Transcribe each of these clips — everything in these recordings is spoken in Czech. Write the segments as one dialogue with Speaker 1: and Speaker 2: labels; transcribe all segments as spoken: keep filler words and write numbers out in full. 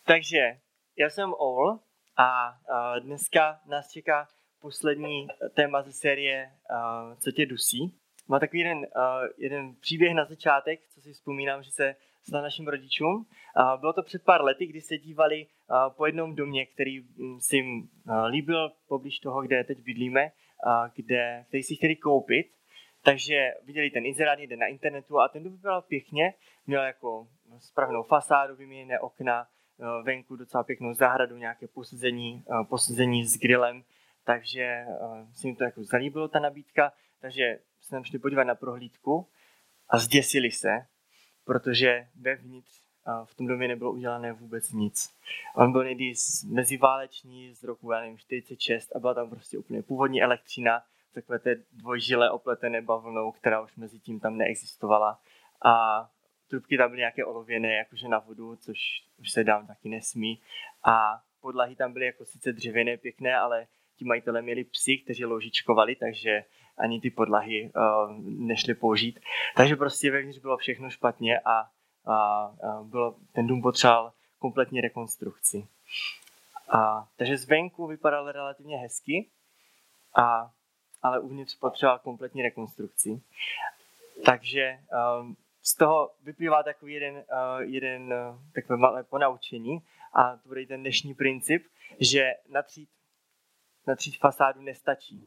Speaker 1: Takže já jsem Oul a dneska nás čeká poslední téma ze série Co tě dusí. Má takový jeden, jeden příběh na začátek, co si vzpomínám, že se stal našim rodičům. Bylo to před pár lety, kdy se dívali po jednom domě, který si jim líbil poblíž toho, kde teď bydlíme, kde, který si chtěli koupit. Takže viděli ten inzerát někde na internetu a ten dům vypadal pěkně, měl jako správnou fasádu, vyměněné okna, venku docela pěknou zahradu, nějaké posezení, posezení s grillem, takže se jim to jako zalíbilo, ta nabídka, takže se tam šli podívat na prohlídku a zděsili se, protože vevnitř v tom domě nebylo udělané vůbec nic. On byl někdy meziválečný z roku, já nevím, čtyřicet šest a byla tam prostě úplně původní elektřina, takové té dvojžile opletené bavlnou, která už mezi tím tam neexistovala. A trubky tam byly nějaké olověné, jakože na vodu, což už se dám taky nesmí. A podlahy tam byly jako sice dřevěné, pěkné, ale ti majitelé měli psy, kteří loužičkovali, takže ani ty podlahy uh, nešly použít. Takže prostě vevnitř bylo všechno špatně a, a, a bylo, ten dům potřeboval kompletní rekonstrukci. A, takže zvenku vypadal relativně hezky, a, ale uvnitř potřeboval kompletní rekonstrukci. Takže um, z toho vyplývá takový jeden, uh, jeden uh, takové malé ponaučení a to bude ten dnešní princip, že natřít, natřít fasádu nestačí.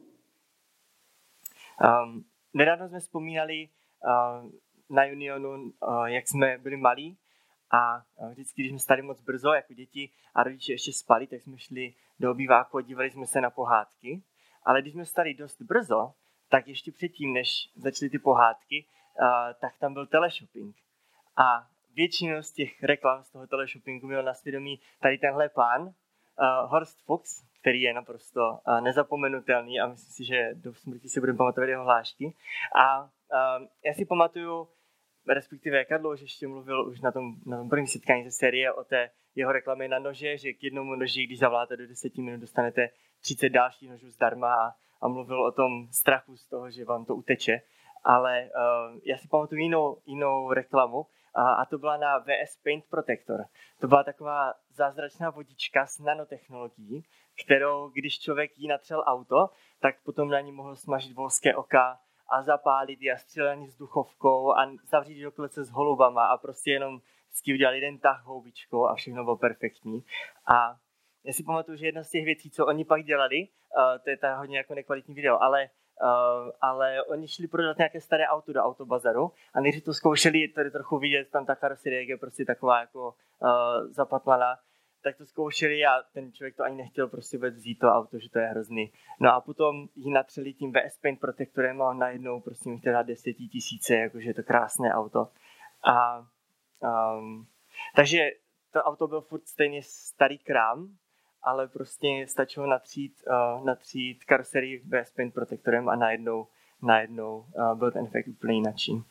Speaker 1: Um, nedávno jsme vzpomínali uh, na Unionu, uh, jak jsme byli malí a uh, vždycky, když jsme stali moc brzo jako děti a rodiče ještě spali, tak jsme šli do obýváku a dívali jsme se na pohádky. Ale když jsme stali dost brzo, tak ještě předtím, než začaly ty pohádky, uh, tak tam byl teleshopping. A většinu z těch reklam z toho teleshoppingu měl na svědomí tady tenhle pán, uh, Horst Fuchs, který je naprosto uh, nezapomenutelný a myslím si, že do smrti si budeme pamatovat jeho hlášky. A uh, já si pamatuju, respektive Karlo už ještě mluvil už na tom, na tom prvním setkání ze série o té jeho reklamě na nože, že k jednomu noži, když zavláte do deseti minut, dostanete třicet dalších nožů zdarma a, a mluvil o tom strachu z toho, že vám to uteče. Ale uh, já si pamatuju jinou, jinou reklamu a, a to byla na V S Paint Protector. To byla taková zázračná vodička s nanotechnologií, kterou, když člověk jí natřel auto, tak potom na ní mohl smažit volské oka a zapálit ji a střílet s duchovkou a zavřít do klece s holubama a prostě jenom vždycky udělal jeden tah houbičkou a všechno bylo perfektní. A já si pamatuju, že jedna z těch věcí, co oni pak dělali, uh, to je ta hodně jako nekvalitní video, ale, uh, ale oni šli prodat nějaké staré auto do autobazaru a než to zkoušeli, tady trochu vidět, tam ta karoserie, jak je prostě taková jako uh, zapatlaná, tak to zkoušeli a ten člověk to ani nechtěl prostě vůbec vzít to auto, že to je hrozný. No a potom ji natřeli tím V S Paint Protectorem a najednou prostě mi chtěla desetitisíce, jakože je to krásné auto. A, um, takže to auto byl furt stejně starý krám, ale prostě stačilo natřít, uh, natřít karoserii V S Paint Protectorem a najednou, najednou uh, byl ten efekt úplně jinačí.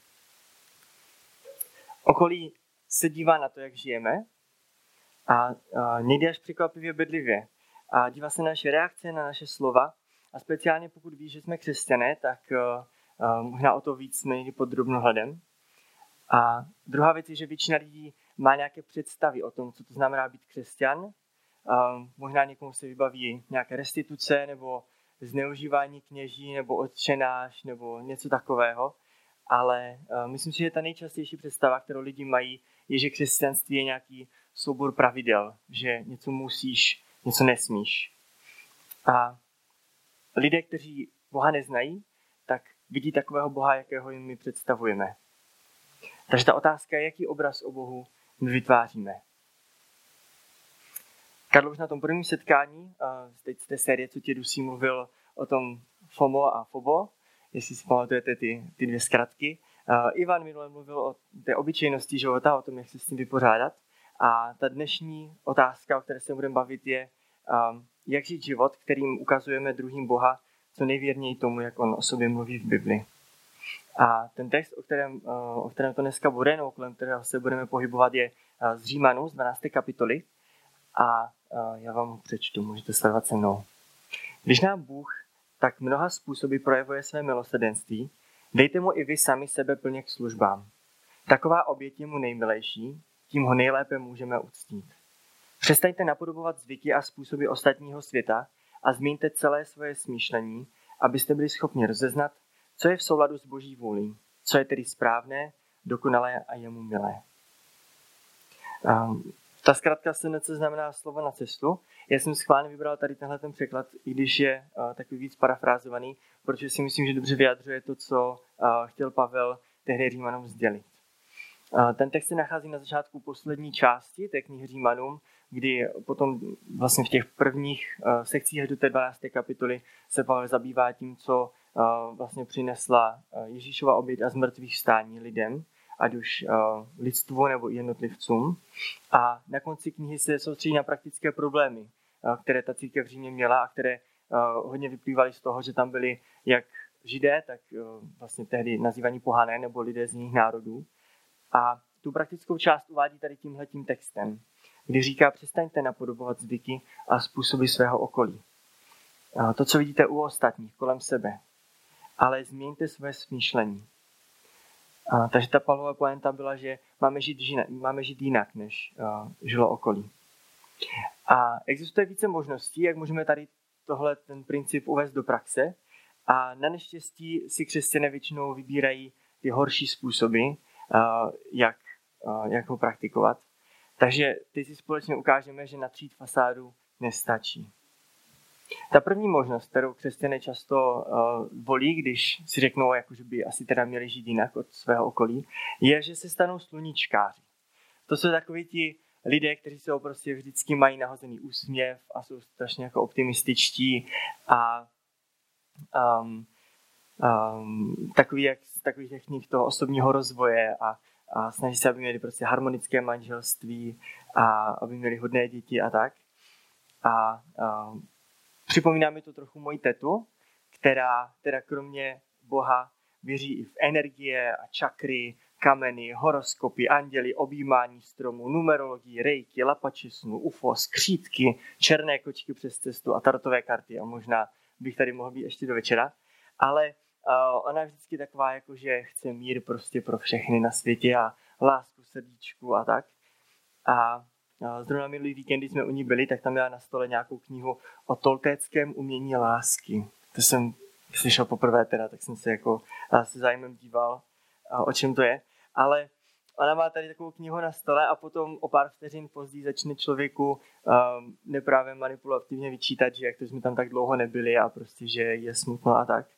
Speaker 1: Okolí se dívá na to, jak žijeme a uh, někdy až překvapivě bedlivě. A dívá se na naše reakce, na naše slova a speciálně pokud ví, že jsme křesťané, tak uh, uh, možná o to víc jsme někdy pod drobnohledem. A druhá věc je, že většina lidí má nějaké představy o tom, co to znamená být křesťan. Uh, možná někomu se vybaví nějaké restituce nebo zneužívání kněží nebo otčenáš nebo něco takového. Ale uh, myslím si, že ta nejčastější představa, kterou lidi mají, je, že křesťanství je nějaký soubor pravidel, že něco musíš, něco nesmíš. A lidé, kteří Boha neznají, tak vidí takového Boha, jakého jim my představujeme. Takže ta otázka je, jaký obraz o Bohu my vytváříme. Karlo už na tom prvním setkání, teď z té série, co tě dusí, mluvil o tom FOMO a FOBO, jestli si pamatujete ty, ty dvě zkratky. Ivan minule mluvil o té obyčejnosti života, o tom, jak se s tím vypořádat. A ta dnešní otázka, o které se budeme bavit, je, jak žít život, kterým ukazujeme druhým Boha, co nejvěrněji tomu, jak on o sobě mluví v Bibli. A ten text, o kterém, o kterém to dneska bude, nebo kolem kterého se budeme pohybovat, je z Římanů, z dvanácté kapitoly. A já vám ho přečtu, můžete sledovat se mnou. Když nám Bůh tak mnoha způsoby projevuje své milosrdenství, dejte mu i vy sami sebe plně k službám. Taková oběť je mu nejmilejší, tím ho nejlépe můžeme uctít. Přestaňte napodobovat zvyky a způsoby ostatního světa a změňte celé svoje smýšlení, abyste byli schopni rozeznat, co je v souladu s Boží vůlí, co je tedy správné, dokonalé a jemu milé. Um, ta zkratka S N C znamená slovo na cestu. Já jsem schválně vybral tady tenhle ten překlad, i když je uh, takový víc parafrázovaný, protože si myslím, že dobře vyjadřuje to, co uh, chtěl Pavel tehdy Římanům sdělit. Uh, ten text se nachází na začátku poslední části té knihy Římanům, kdy potom vlastně v těch prvních uh, sekcích až do té dvanácté kapitoly se Pavel zabývá tím, co uh, vlastně přinesla uh, Ježíšova oběť a zmrtvých vstání lidem, ať už uh, lidstvu nebo jednotlivcům. A na konci knihy se soustředí na praktické problémy, uh, které ta církev v Římě měla a které uh, hodně vyplývaly z toho, že tam byli jak Židé, tak uh, vlastně tehdy nazývaní pohané nebo lidé z jiných národů. A tu praktickou část uvádí tady tímhletím textem, kdy říká, přestaňte napodobovat zvyky a způsoby svého okolí. Uh, to, co vidíte u ostatních kolem sebe, ale změňte své smýšlení. A, takže ta Pavlova pointa byla, že máme žít, žina, máme žít jinak, než uh, žilo okolí. A existuje více možností, jak můžeme tady tohle ten princip uvést do praxe. A na neštěstí si křesťané většinou vybírají ty horší způsoby, uh, jak, uh, jak ho praktikovat. Takže teď si společně ukážeme, že natřít fasádu nestačí. Ta první možnost, kterou křesťané často uh, volí, když si řeknou, jako, že by asi teda měli žít jinak od svého okolí, je, že se stanou sluníčkáři. To jsou takoví ti lidé, kteří jsou prostě vždycky mají nahozený úsměv a jsou strašně jako optimističtí a um, um, takový, jak z takových technik toho osobního rozvoje a, a snaží se, aby měli prostě harmonické manželství a aby měli hodné děti a tak. A um, Připomíná mi to trochu moji tetu, která teda kromě Boha věří i v energie a čakry, kameny, horoskopy, anděly, objímání stromů, numerologii, rejky, lapače snů, U F O, skřítky, černé kočky přes cestu a tarotové karty a možná bych tady mohl být ještě do večera. Ale uh, ona je vždycky taková, jako že chce mír prostě pro všechny na světě a lásku, srdíčku a tak. A zrovna minulý víkend, když jsme u ní byli, tak tam měla na stole nějakou knihu o toltéckém umění lásky. To jsem slyšel poprvé teda, tak jsem se jako se zájmem díval, o čem to je. Ale ona má tady takovou knihu na stole a potom o pár vteřin později začne člověku um, neprávě manipulativně vyčítat, že jak to jsme tam tak dlouho nebyli a prostě, že je smutno a tak.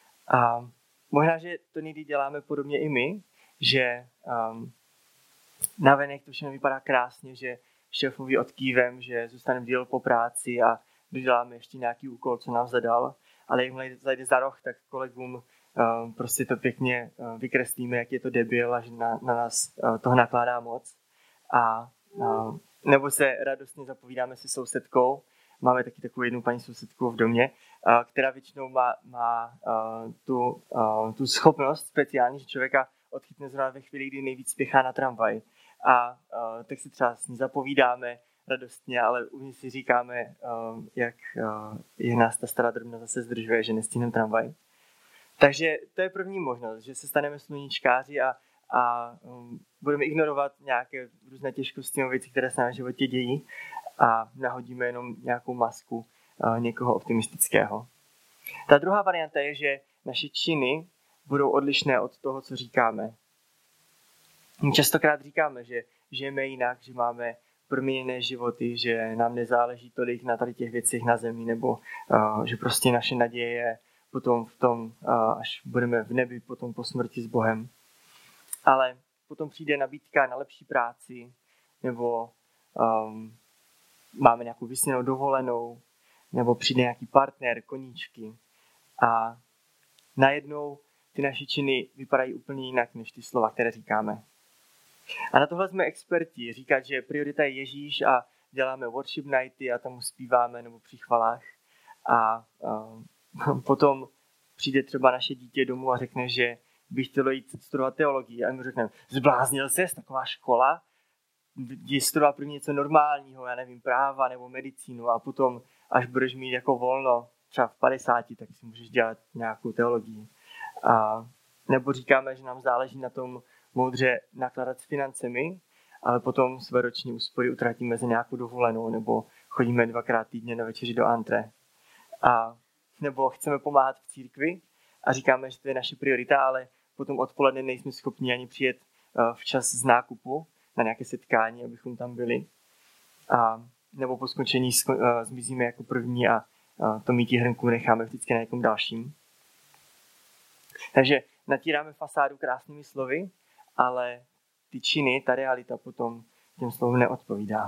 Speaker 1: A možná, že to někdy děláme podobně i my, že um, navenek to všechno vypadá krásně, že šéfovi odkývem, že zůstaneme díl po práci a doděláme ještě nějaký úkol, co nám zadal, ale jakmile zajde za roh, tak kolegům uh, prostě to pěkně uh, vykreslíme, jak je to debil a že na, na nás uh, toho nakládá moc. A uh, nebo se radostně zapovídáme se sousedkou. Máme taky takovou jednu paní sousedku v domě, uh, která většinou má, má uh, tu, uh, tu schopnost speciální, že člověka odchytne zrovna ve chvíli, kdy nejvíc spěchá na tramvaj. A uh, tak si třeba s ní zapovídáme radostně, ale uvnitř si říkáme, uh, jak uh, je nás ta stará drobna zase zdržuje, že nestihneme tramvaj. Takže to je první možnost, že se staneme sluníčkáři a, a um, budeme ignorovat nějaké různé těžkosti nebo věci, které se na životě dějí a nahodíme jenom nějakou masku uh, někoho optimistického. Ta druhá varianta je, že naše činy budou odlišné od toho, co říkáme. Častokrát říkáme, že žijeme jinak, že máme proměněné životy, že nám nezáleží tolik na tady těch věcech na zemi, nebo uh, že prostě naše naděje je potom v tom, uh, až budeme v nebi potom po smrti s Bohem. Ale potom přijde nabídka na lepší práci, nebo um, máme nějakou vysněnou dovolenou, nebo přijde nějaký partner, koníčky. A najednou ty naše činy vypadají úplně jinak, než ty slova, které říkáme. A na tohle jsme experti. Říkat, že priorita je Ježíš a děláme worship nighty a tam mu zpíváme nebo při chvalách. A, a potom přijde třeba naše dítě domů a řekne, že by chtělo jít studovat teologii. A my řekneme, zbláznil ses, taková škola? Jdi studovat první něco normálního, já nevím, práva nebo medicínu a potom, až budeš mít jako volno, třeba v padesáti, tak si můžeš dělat nějakou teologii. A nebo říkáme, že nám záleží na tom moudře nakládat s financemi ale potom své roční úspory utratíme za nějakou dovolenou nebo chodíme dvakrát týdně na večeři do antre. A nebo chceme pomáhat v církvi a říkáme, že to je naše priorita, ale potom odpoledne nejsme schopni ani přijet včas z nákupu na nějaké setkání, abychom tam byli. A nebo po skončení zmizíme jako první a to mýtí hrnků necháme vždycky na někom dalším. Takže natíráme fasádu krásnými slovy, ale ty činy, ta realita potom těm slovům neodpovídá.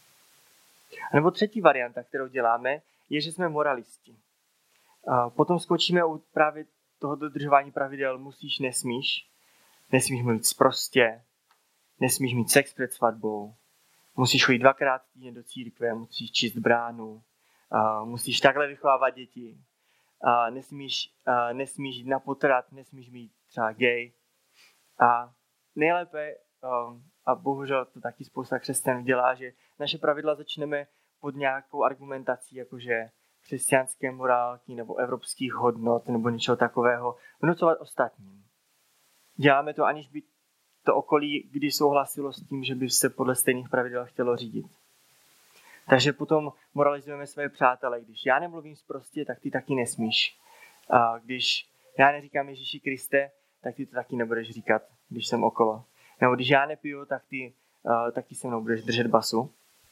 Speaker 1: A nebo třetí varianta, kterou děláme, je, že jsme moralisti. A potom skočíme u právě toho dodržování pravidel musíš, nesmíš. Nesmíš mluvit sprostě, nesmíš mít sex před svatbou, musíš chodit dvakrát týdně do církve, musíš číst bránu, a musíš takhle vychovávat děti, a nesmíš, a nesmíš jít na potrat, nesmíš mít třeba gay. A nejlépe, a bohužel to taky spousta křesťanů dělá, že naše pravidla začneme pod nějakou argumentací, jakože křesťanské morálky nebo evropských hodnot nebo něčeho takového vnucovat ostatním. Děláme to, aniž by to okolí kdy souhlasilo s tím, že by se podle stejných pravidel chtělo řídit. Takže potom moralizujeme své přátele. Když já nemluvím sprostě, tak ty taky nesmíš. A když já neříkám Ježíši Kriste, tak ty to taky nebudeš říkat, když jsem okolo. Nebo když já nepiju, tak ty uh, taky se mnou budeš držet basu.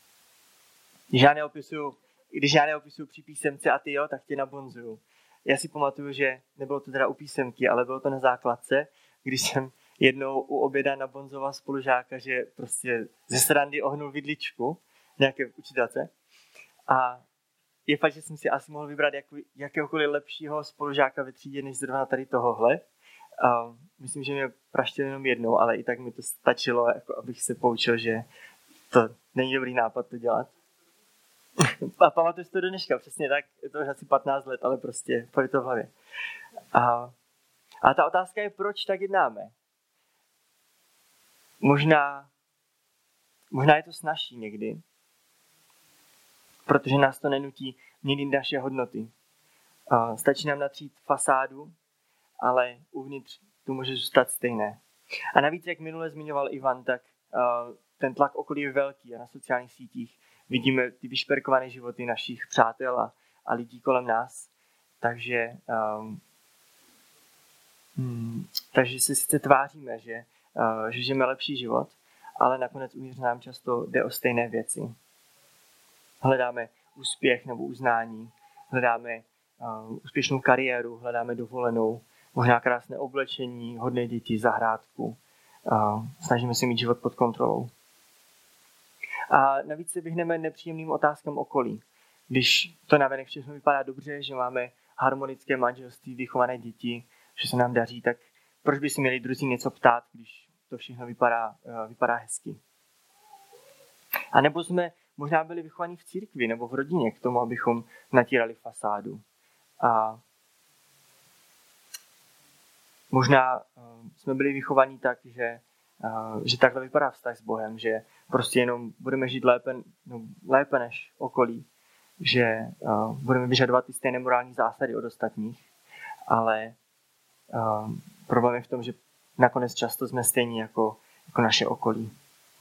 Speaker 1: Když já neopisuju, když já neopisuju při písemce a ty jo, tak tě nabonzuju. Já si pamatuju, že nebylo to teda u písemky, ale bylo to na základce, když jsem jednou u oběda nabonzoval spolužáka, že prostě ze srandy ohnul vidličku nějaké učitelce. A je fakt, že jsem si asi mohl vybrat jako, jakéhokoliv lepšího spolužáka ve třídě, než zrovna tady tohohle. A myslím, že mě praštil jenom jednou, ale i tak mi to stačilo, jako abych se poučil, že to není dobrý nápad to dělat. A pamatuju si to do dneška, přesně tak, je to už asi patnáct let, ale prostě pojď to v hlavě. A, a ta otázka je, proč tak jednáme? Možná, možná je to snazší někdy, protože nás to nenutí měnit naše hodnoty. A stačí nám natřít fasádu, ale uvnitř to může zůstat stejné. A navíc, jak minule zmiňoval Ivan, tak uh, ten tlak okolí je velký a na sociálních sítích vidíme ty vyšperkované životy našich přátel a, a lidí kolem nás. Takže, um, hmm, takže se sice tváříme, že, uh, že žijeme lepší život, ale nakonec uvnitř nám často jde o stejné věci. Hledáme úspěch nebo uznání, hledáme uh, úspěšnou kariéru, hledáme dovolenou, možná krásné oblečení, hodné děti, zahrádku. Uh, snažíme se mít život pod kontrolou. A navíc se vyhneme nepříjemným otázkám okolí. Když to navenek všechno vypadá dobře, že máme harmonické manželství, vychované děti, že se nám daří, tak proč by si měli druzí něco ptát, když to všechno vypadá, uh, vypadá hezky. A nebo jsme možná byli vychovaní v církvi nebo v rodině k tomu, abychom natírali fasádu. A možná uh, jsme byli vychovaní tak, že, uh, že takhle vypadá vztah s Bohem, že prostě jenom budeme žít lépe, no, lépe než okolí, že uh, budeme vyžadovat ty stejné morální zásady od ostatních, ale uh, problém je v tom, že nakonec často jsme stejní jako, jako naše okolí.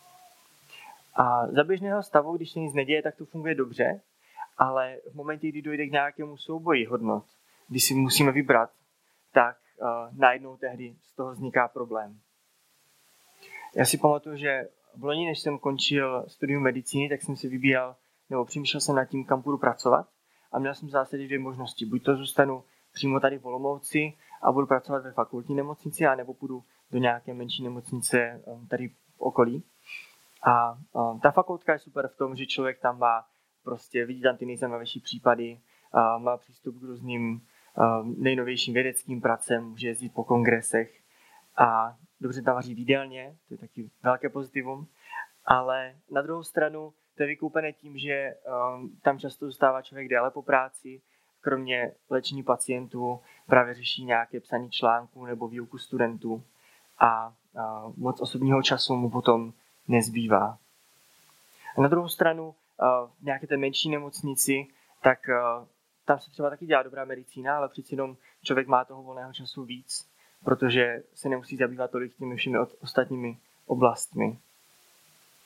Speaker 1: A za běžného stavu, když se nic neděje, tak to funguje dobře, ale v momentě, kdy dojde k nějakému souboji hodnot, kdy si musíme vybrat, tak uh, najednou tehdy z toho vzniká problém. Já si pamatuju, že v loni, než jsem končil studium medicíny, tak jsem si vybíral, nebo přemýšlel jsem nad tím, kam budu pracovat a měl jsem v zásadě dvě možnosti. Buď to zůstanu přímo tady v Olomouci a budu pracovat ve fakultní nemocnici, anebo půjdu do nějaké menší nemocnice um, tady v okolí. A um, ta fakultka je super v tom, že člověk tam má prostě, vidí tam ty nejzajímavější případy, uh, má přístup k různým um, nejnovějším vědeckým pracem, může jezdit po kongresech a dobře tam vaří v jídelně, to je taky velké pozitivum, ale na druhou stranu to je vykoupené tím, že um, tam často zůstává člověk déle po práci, kromě léčení pacientů právě řeší nějaké psaní článků nebo výuku studentů a uh, moc osobního času mu potom nezbývá. A na druhou stranu uh, v nějaké té menší nemocnici, tak uh, tam se třeba taky dělá dobrá medicína, ale přeci jenom člověk má toho volného času víc, protože se nemusí zabývat tolik těmi všemi ostatními oblastmi.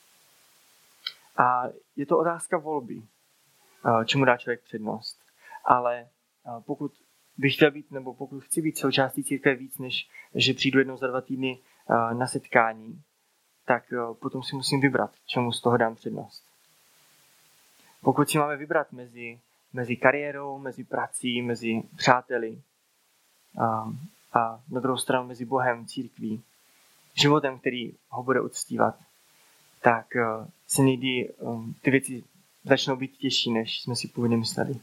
Speaker 1: A je to otázka volby, čemu dá člověk přednost. Ale pokud bych chtěl být, nebo pokud chci být součástí církve víc, než že přijdu jednou za dva týdny na setkání, tak potom si musím vybrat, čemu z toho dám přednost. Pokud si máme vybrat mezi, mezi kariérou, mezi prací, mezi přáteli a, a na druhou stranu mezi Bohem, církví, životem, který ho bude uctívat, tak se někdy ty věci začnou být těžší, než jsme si původně mysleli.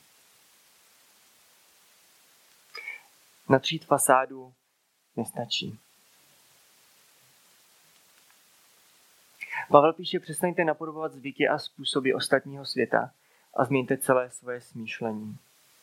Speaker 1: Natřít fasádu nestačí. Pavel píše, přestaňte napodobovat zvyky a způsoby ostatního světa a změňte celé svoje smýšlení.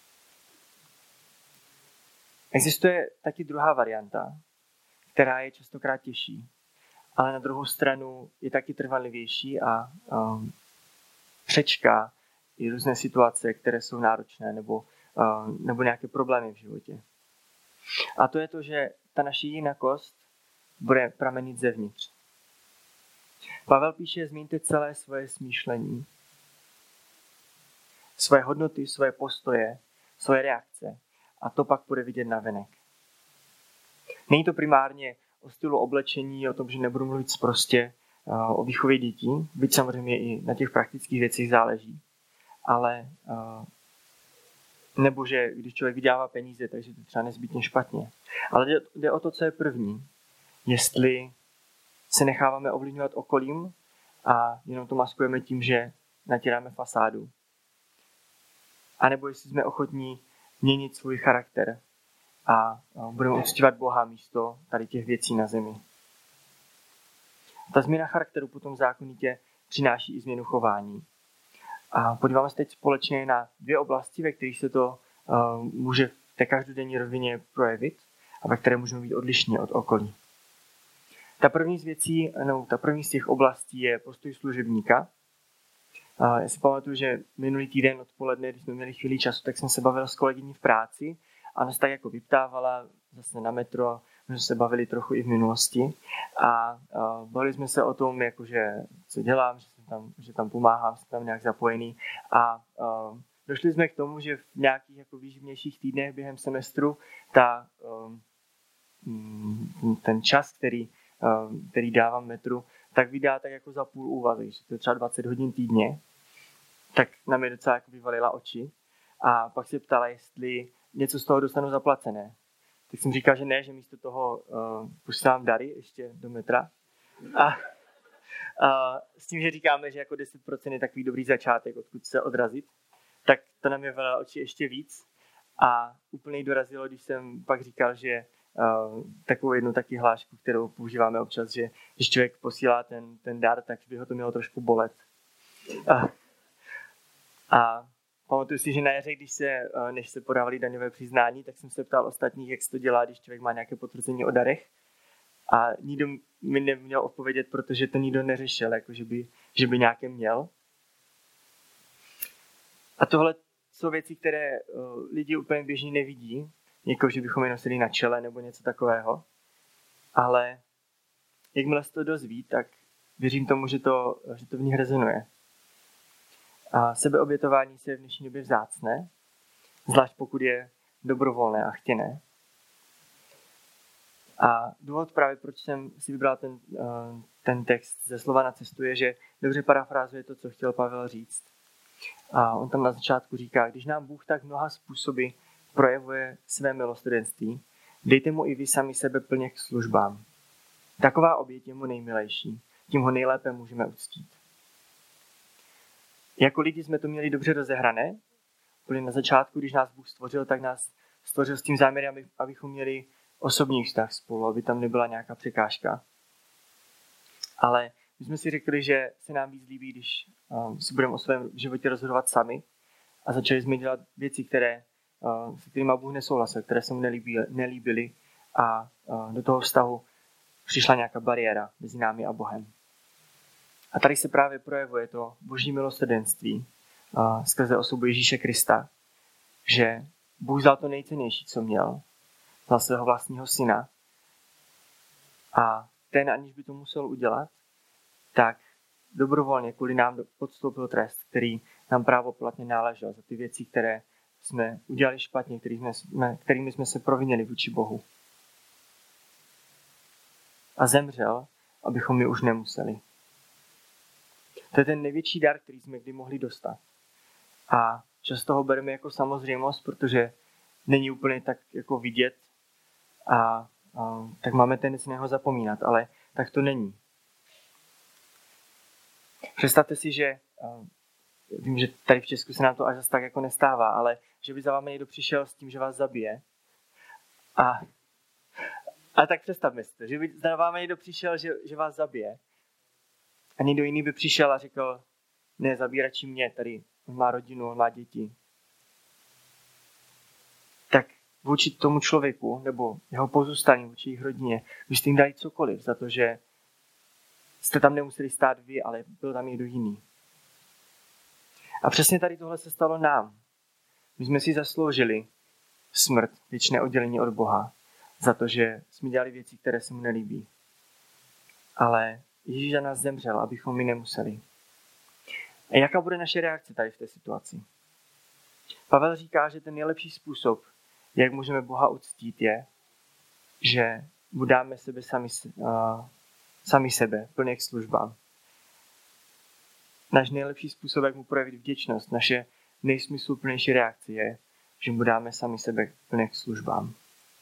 Speaker 1: Existuje taky druhá varianta, která je častokrát těžší, ale na druhou stranu je taky trvanlivější a um, přečká i různé situace, které jsou náročné nebo, um, nebo nějaké problémy v životě. A to je to, že ta naše jinakost bude pramenit zevnitř. Pavel píše, změňte celé svoje smýšlení, svoje hodnoty, svoje postoje, svoje reakce a to pak bude vidět navenek. Není to primárně o stylu oblečení, o tom, že nebudu mluvit sprostě, o výchově dětí, byť samozřejmě i na těch praktických věcech záleží, ale nebo že když člověk vydává peníze, takže to třeba nezbytně špatně. Ale jde, jde o to, co je první. Jestli se necháváme ovlivňovat okolím a jenom to maskujeme tím, že natíráme fasádu. A nebo jestli jsme ochotní měnit svůj charakter a budeme uctívat Boha místo tady těch věcí na zemi. Ta změna charakteru potom zákonitě přináší i změnu chování. A podíváme se teď společně na dvě oblasti, ve kterých se to uh, může v té každodenní rovině projevit a ve které můžeme být odlišní od okolí. Ta první z věcí, no, ta první z těch oblastí je postoj služebníka. Uh, já si pamatuju, že minulý týden odpoledne, když jsme měli chvíli času, tak jsem se bavil s kolegyní v práci a ona se tak jako vyptávala zase na metro, my jsme se bavili trochu i v minulosti a uh, bavili jsme se o tom, jakože, co dělám, že, jsem tam, že tam pomáhám, jsem tam nějak zapojený a uh, došli jsme k tomu, že v nějakých jako výživnějších týdnech během semestru ta, um, ten čas, který, um, který dávám metru, tak vydá tak jako za půl úvazek, že to je třeba dvacet hodin týdně, tak na mě docela jako vyvalila oči a pak se ptala, jestli něco z toho dostanu zaplacené. Tak jsem říkal, že ne, že místo toho uh, posílám dary ještě do metra. A, a s tím, že říkáme, že jako deset procent je takový dobrý začátek, odkud se odrazit, tak to na mě valilo oči ještě víc. A úplně jí dorazilo, když jsem pak říkal, že uh, takovou jednu taky hlášku, kterou používáme občas, že když člověk posílá ten, ten dar, tak by ho to mělo trošku bolet. A, a pamatuju si, že na jaře, když se, než se podávali daňové přiznání, tak jsem se ptal ostatních, jak se to dělá, když člověk má nějaké potvrzení o darech. A nikdo mi neměl odpovědět, protože to nikdo neřešil, jako že by, že by nějaké měl. A tohle jsou věci, které lidi úplně běžně nevidí, jako že bychom je nosili na čele nebo něco takového. Ale jakmile se to dozví, tak věřím tomu, že to, že to v nich rezonuje. A sebeobětování se v dnešní době vzácné, zvlášť pokud je dobrovolné a chtěné. A důvod právě, proč jsem si vybral ten, ten text ze Slova na cestu, je, že dobře parafrázuje to, co chtěl Pavel říct. A on tam na začátku říká, když nám Bůh tak mnoha způsoby projevuje své milosrdenství, dejte mu i vy sami sebe plně k službám. Taková oběť je mu nejmilejší, tím ho nejlépe můžeme uctít. Jako lidi jsme to měli dobře rozehrané. Protože na začátku, když nás Bůh stvořil, tak nás stvořil s tím záměrem, aby, abychom měli osobní vztah spolu, aby tam nebyla nějaká překážka. Ale my jsme si řekli, že se nám víc líbí, když um, si budeme o svém životě rozhodovat sami a začali jsme dělat věci, které, uh, s kterými Bůh nesouhlasil, které se mu nelíbily, nelíbily a uh, do toho vztahu přišla nějaká bariéra mezi námi a Bohem. A tady se právě projevuje to boží milosrdenství uh, skrze osobu Ježíše Krista, že Bůh vzal to nejcennější, co měl, vzal svého vlastního syna a ten, aniž by to musel udělat, tak dobrovolně kvůli nám podstoupil trest, který nám právoplatně náležel za ty věci, které jsme udělali špatně, kterými jsme, kterými jsme se provinili vůči Bohu. A zemřel, abychom my už nemuseli. To je ten největší dar, který jsme kdy mohli dostat. A často ho bereme jako samozřejmost, protože není úplně tak jako vidět a, a tak máme tendenci na něho zapomínat, ale tak to není. Představte si, že a, vím, že tady v Česku se nám to až zase tak jako nestává, ale že by za vámi někdo přišel s tím, že vás zabije. A, a tak představme si to, že by za vámi někdo přišel, že, že vás zabije. A někdo jiný by přišel a řekl, ne, zabij radši mě, tady on má rodinu, on má děti. Tak vůči tomu člověku, nebo jeho pozůstalým, vůči jejich rodině, byste jim dali cokoliv za to, že jste tam nemuseli stát vy, ale byl tam někdo jiný. A přesně tady tohle se stalo nám. My jsme si zasloužili smrt, věčné oddělení od Boha, za to, že jsme dělali věci, které se mu nelíbí. Ale Ježíš za nás zemřel, abychom my nemuseli. A jaká bude naše reakce tady v té situaci? Pavel říká, že ten nejlepší způsob, jak můžeme Boha uctít, je, že mu dáme sebe sami, uh, sami sebe, plně k službám. Náš nejlepší způsob, jak mu projevit vděčnost, naše nejsmysluplnější reakce je, že mu dáme sami sebe plně k službám.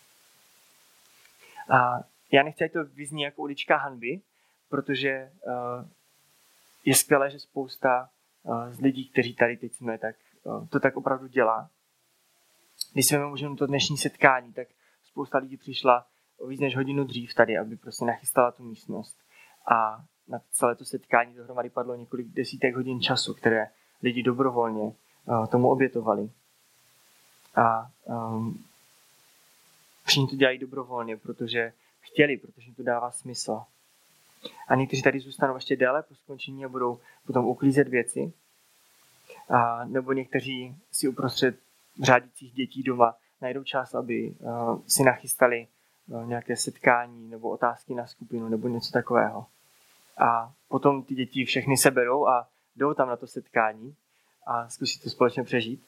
Speaker 1: A já nechci, ať to vyzní jako ulička hanby, protože uh, je skvělé, že spousta uh, z lidí, kteří tady teď jsme, tak uh, to tak opravdu dělá. Když jsme možná to dnešní setkání, tak spousta lidí přišla o víc než hodinu dřív tady, aby prostě nachystala tu místnost. A na celé to setkání dohromady padlo několik desítek hodin času, které lidi dobrovolně uh, tomu obětovali. A um, všichni to dělají dobrovolně, protože chtěli, protože jim to dává smysl. A někteří tady zůstanou ještě déle po skončení a budou potom uklízet věci. A nebo někteří si uprostřed řádících dětí doma najdou čas, aby uh, si nachystali uh, nějaké setkání nebo otázky na skupinu nebo něco takového. A potom ty děti všechny seberou a jdou tam na to setkání a zkusí to společně přežít.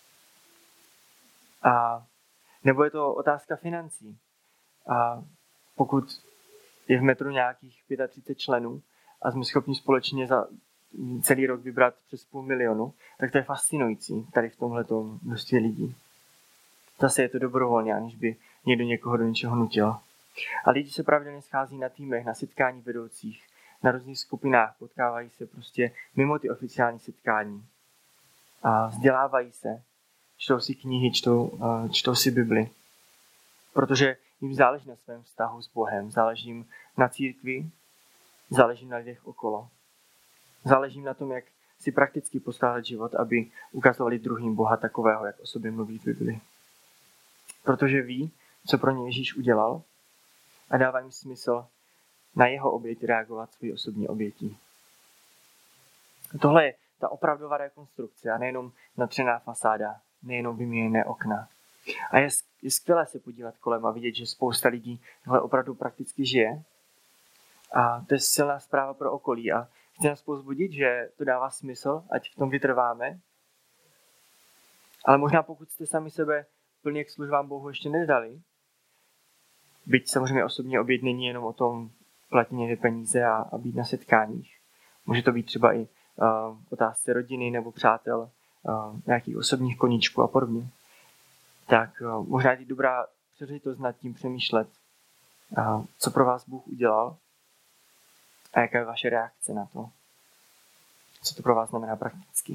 Speaker 1: A nebo je to otázka financí. A pokud je v metru nějakých třicet pět členů a jsme schopni společně za celý rok vybrat přes půl milionu, tak to je fascinující tady v tomhletom množství lidí. Zase je to dobrovolně, aniž by někdo někoho do něčeho nutil. A lidi se pravidelně schází na týmech, na setkání vedoucích, na různých skupinách, potkávají se prostě mimo ty oficiální setkání. A vzdělávají se, čtou si knihy, čtou, čtou si Bibli. Protože jim záleží na svém vztahu s Bohem, záleží jim na církvi, záleží na lidech okolo. Záleží na tom, jak si prakticky poskládat život, aby ukazovali druhým Boha takového, jak o sobě mluví v Bibli. Protože ví, co pro ně Ježíš udělal a dává jim smysl na jeho oběť reagovat svojí osobní obětí. Tohle je ta opravdová rekonstrukce a nejenom natřená fasáda, nejenom vyměněné okna. A je, je skvělé se podívat kolem a vidět, že spousta lidí tohle opravdu prakticky žije. A to je silná zpráva pro okolí. A chci nás povzbudit, že to dává smysl, ať v tom vytrváme. Ale možná pokud jste sami sebe plně k službám Bohu ještě nedali, byť samozřejmě osobní oběť není jenom o tom platit někde peníze a, a být na setkáních. Může to být třeba i uh, otázce rodiny nebo přátel, uh, nějakých osobních koníčků a podobně. Tak uh, možná je dobrá příležitost nad tím přemýšlet, uh, co pro vás Bůh udělal a jaká je vaše reakce na to. Co to pro vás znamená prakticky.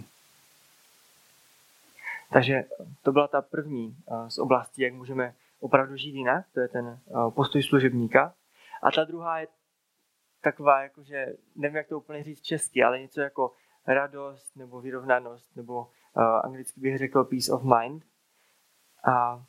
Speaker 1: Takže to byla ta první uh, z oblastí, jak můžeme opravdu žít jinak, to je ten uh, postoj služebníka. A ta druhá je taková, jakože, nevím, jak to úplně říct česky, ale něco jako radost nebo vyrovnanost, nebo uh, anglicky bych řekl peace of mind. A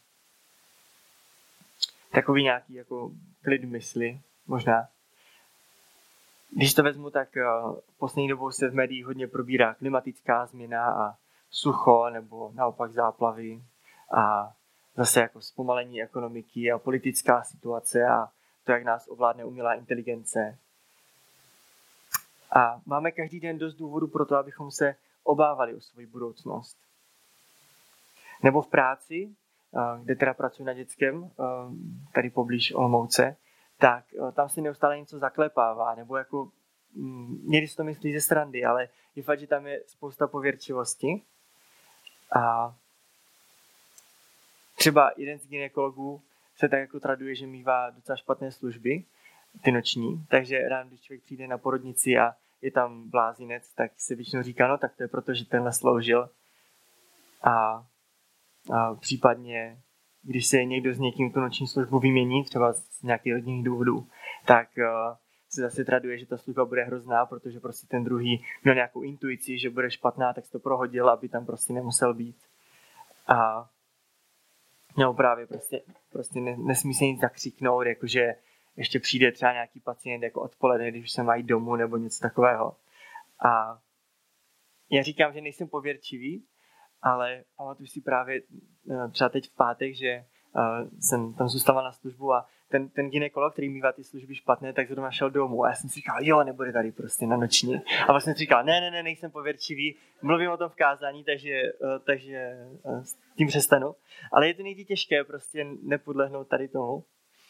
Speaker 1: takový nějaký jako klid mysli, možná. Když to vezmu, tak uh, poslední dobou se v médiích hodně probírá klimatická změna a sucho, nebo naopak záplavy a zase jako zpomalení ekonomiky a politická situace a to, jak nás ovládne umělá inteligence. A máme každý den dost důvodů pro to, abychom se obávali o svou budoucnost. Nebo v práci, kde teda pracuji na dětském, tady poblíž Olomouce, tak tam se neustále něco zaklepává, nebo jako někdy si to myslí ze srandy, ale je fakt, že tam je spousta pověrčivosti. A třeba jeden z gynekologů se tak jako traduje, že mívá docela špatné služby, ty noční, takže ráno, když člověk přijde na porodnici a je tam blázinec, tak se většinou říká, no tak to je proto, že tenhle sloužil. A, a případně, když se někdo s někým tu noční službu vymění, třeba z nějakých rodinných důvodů, tak uh, se zase traduje, že ta služba bude hrozná, protože prostě ten druhý měl nějakou intuici, že bude špatná, tak se to prohodil, aby tam prostě nemusel být. A no právě prostě, prostě nesmí se nic zakřiknout, jakože ještě přijde třeba nějaký pacient jako odpoledne, když se mají domů nebo něco takového. A já říkám, že nejsem pověrčivý, ale pamatuju si právě třeba teď v pátek, že jsem tam zůstával na službu a ten, ten gynekolog, který mívá ty služby špatné, tak zrovna šel domů a já jsem si říkal, jo, nebude tady prostě na noční. A vlastně jsem říkal, ne, ne, ne, nejsem pověrčivý, mluvím o tom v kázání, takže, takže s tím přestanu. Ale je to někdy těžké prostě nepodlehnout tady tomu.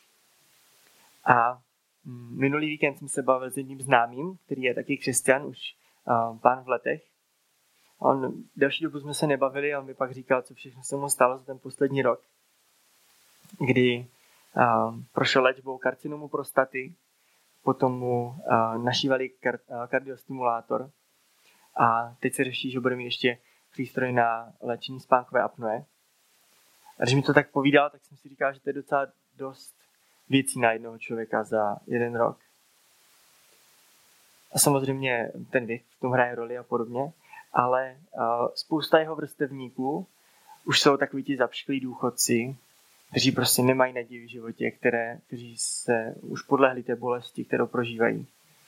Speaker 1: A minulý víkend jsem se bavil s jedním známým, který je taky křesťan, už pán v letech. On, další dobu jsme se nebavili a on mi pak říkal, co všechno se mu stalo za ten poslední rok, kdy uh, prošel léčbou karcinomu prostaty, potom mu uh, našívali kar, uh, kardiostimulátor a teď se řeší, že bude mít ještě přístroj na léčení spánkové apnoe. A když mi to tak povídal, tak jsem si říkal, že to je docela dost věcí na jednoho člověka za jeden rok. A samozřejmě ten věk v tom hraje roli a podobně, ale uh, spousta jeho vrstevníků už jsou takoví ti zapšklí důchodci, kteří prostě nemají naději v životě, které, kteří se už podlehli té bolesti, kterou prožívají.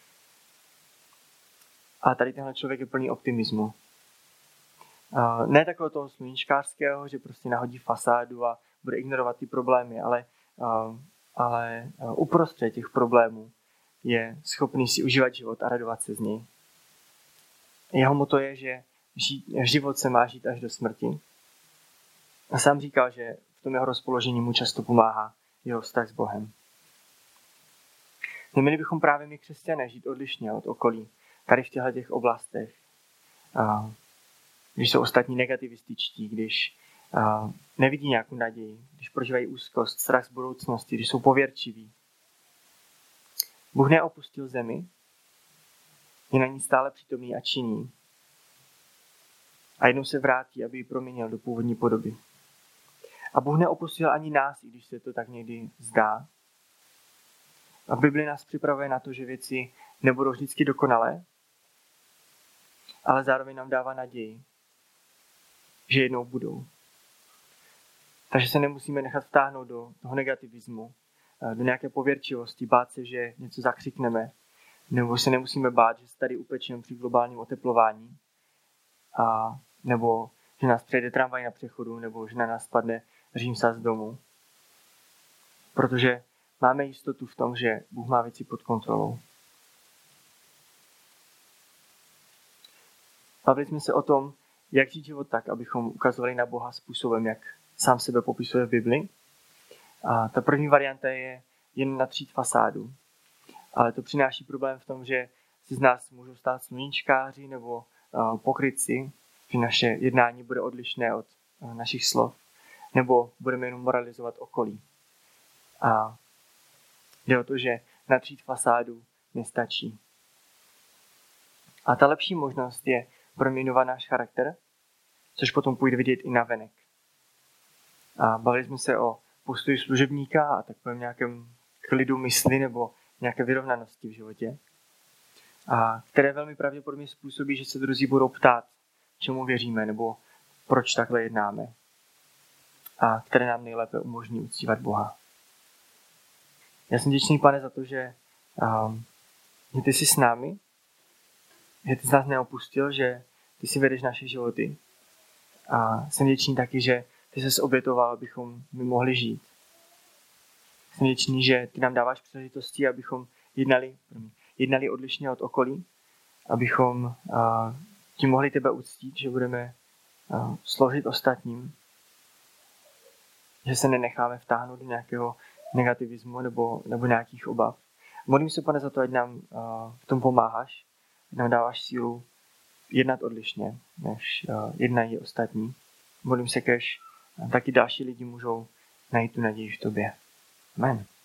Speaker 1: A tady tenhle člověk je plný optimismu. Uh, ne takového toho sluníčkářského, že prostě nahodí fasádu a bude ignorovat ty problémy, ale, uh, ale uh, uprostřed těch problémů je schopný si užívat život a radovat se z něj. Jeho motto je, že život se má žít až do smrti. A sám říkal, že v tom jeho rozpoložení mu často pomáhá jeho vztah s Bohem. Neměli bychom právě my křesťané žít odlišně od okolí, tady v těchto těch oblastech. A když jsou ostatní negativističtí, když a, nevidí nějakou naději, když prožívají úzkost, strach z budoucnosti, když jsou pověrčiví. Bůh neopustil zemi, je na ní stále přítomný a činný. A jednou se vrátí, aby ji proměnil do původní podoby. A Bůh neopustil ani nás, i když se to tak někdy zdá. A v Bibli nás připravuje na to, že věci nebudou vždycky dokonalé, ale zároveň nám dává naději, že jednou budou. Takže se nemusíme nechat vtáhnout do toho negativismu, do nějaké pověrčivosti, bát se, že něco zakřikneme, nebo se nemusíme bát, že se tady upečeme při globálním oteplování, a, nebo že nás přejde tramvaj na přechodu, nebo že na nás spadne římsa z domu. Protože máme jistotu v tom, že Bůh má věci pod kontrolou. Bavili jsme se o tom, jak žít život tak, abychom ukazovali na Boha způsobem, jak sám sebe popisuje v Bibli. A ta první varianta je jen natřít fasádu. Ale to přináší problém v tom, že si z nás můžou stát sluníčkáři nebo uh, pokrytci, že naše jednání bude odlišné od uh, našich slov, nebo budeme jenom moralizovat okolí. A jde o to, že natřít fasádu nestačí. A ta lepší možnost je proměňovat náš charakter, což potom půjde vidět i navenek. A bavili jsme se o postoji služebníka a takovém nějakém klidu mysli nebo nějaké vyrovnanosti v životě, a které velmi pravděpodobně způsobí, že se druzí budou ptát, čemu věříme nebo proč takhle jednáme, a které nám nejlépe umožní uctívat Boha. Já jsem vděčný, Pane, za to, že, um, že ty jsi s námi, že ty jsi nás neopustil, že ty si vedeš naše životy. A jsem vděčný taky, že ty jsi obětoval, abychom my mohli žít. Jsem vděčný, že ty nám dáváš příležitosti, abychom jednali, jednali odlišně od okolí, abychom tím mohli tebe uctít, že budeme sloužit ostatním, že se nenecháme vtáhnout do nějakého negativismu nebo, nebo nějakých obav. Modlím se, Pane, za to, ať nám v tom pomáháš, ať nám dáváš sílu jednat odlišně, než jednají ostatní. Modlím se, kež taky další lidi můžou najít tu naději v tobě. Amen.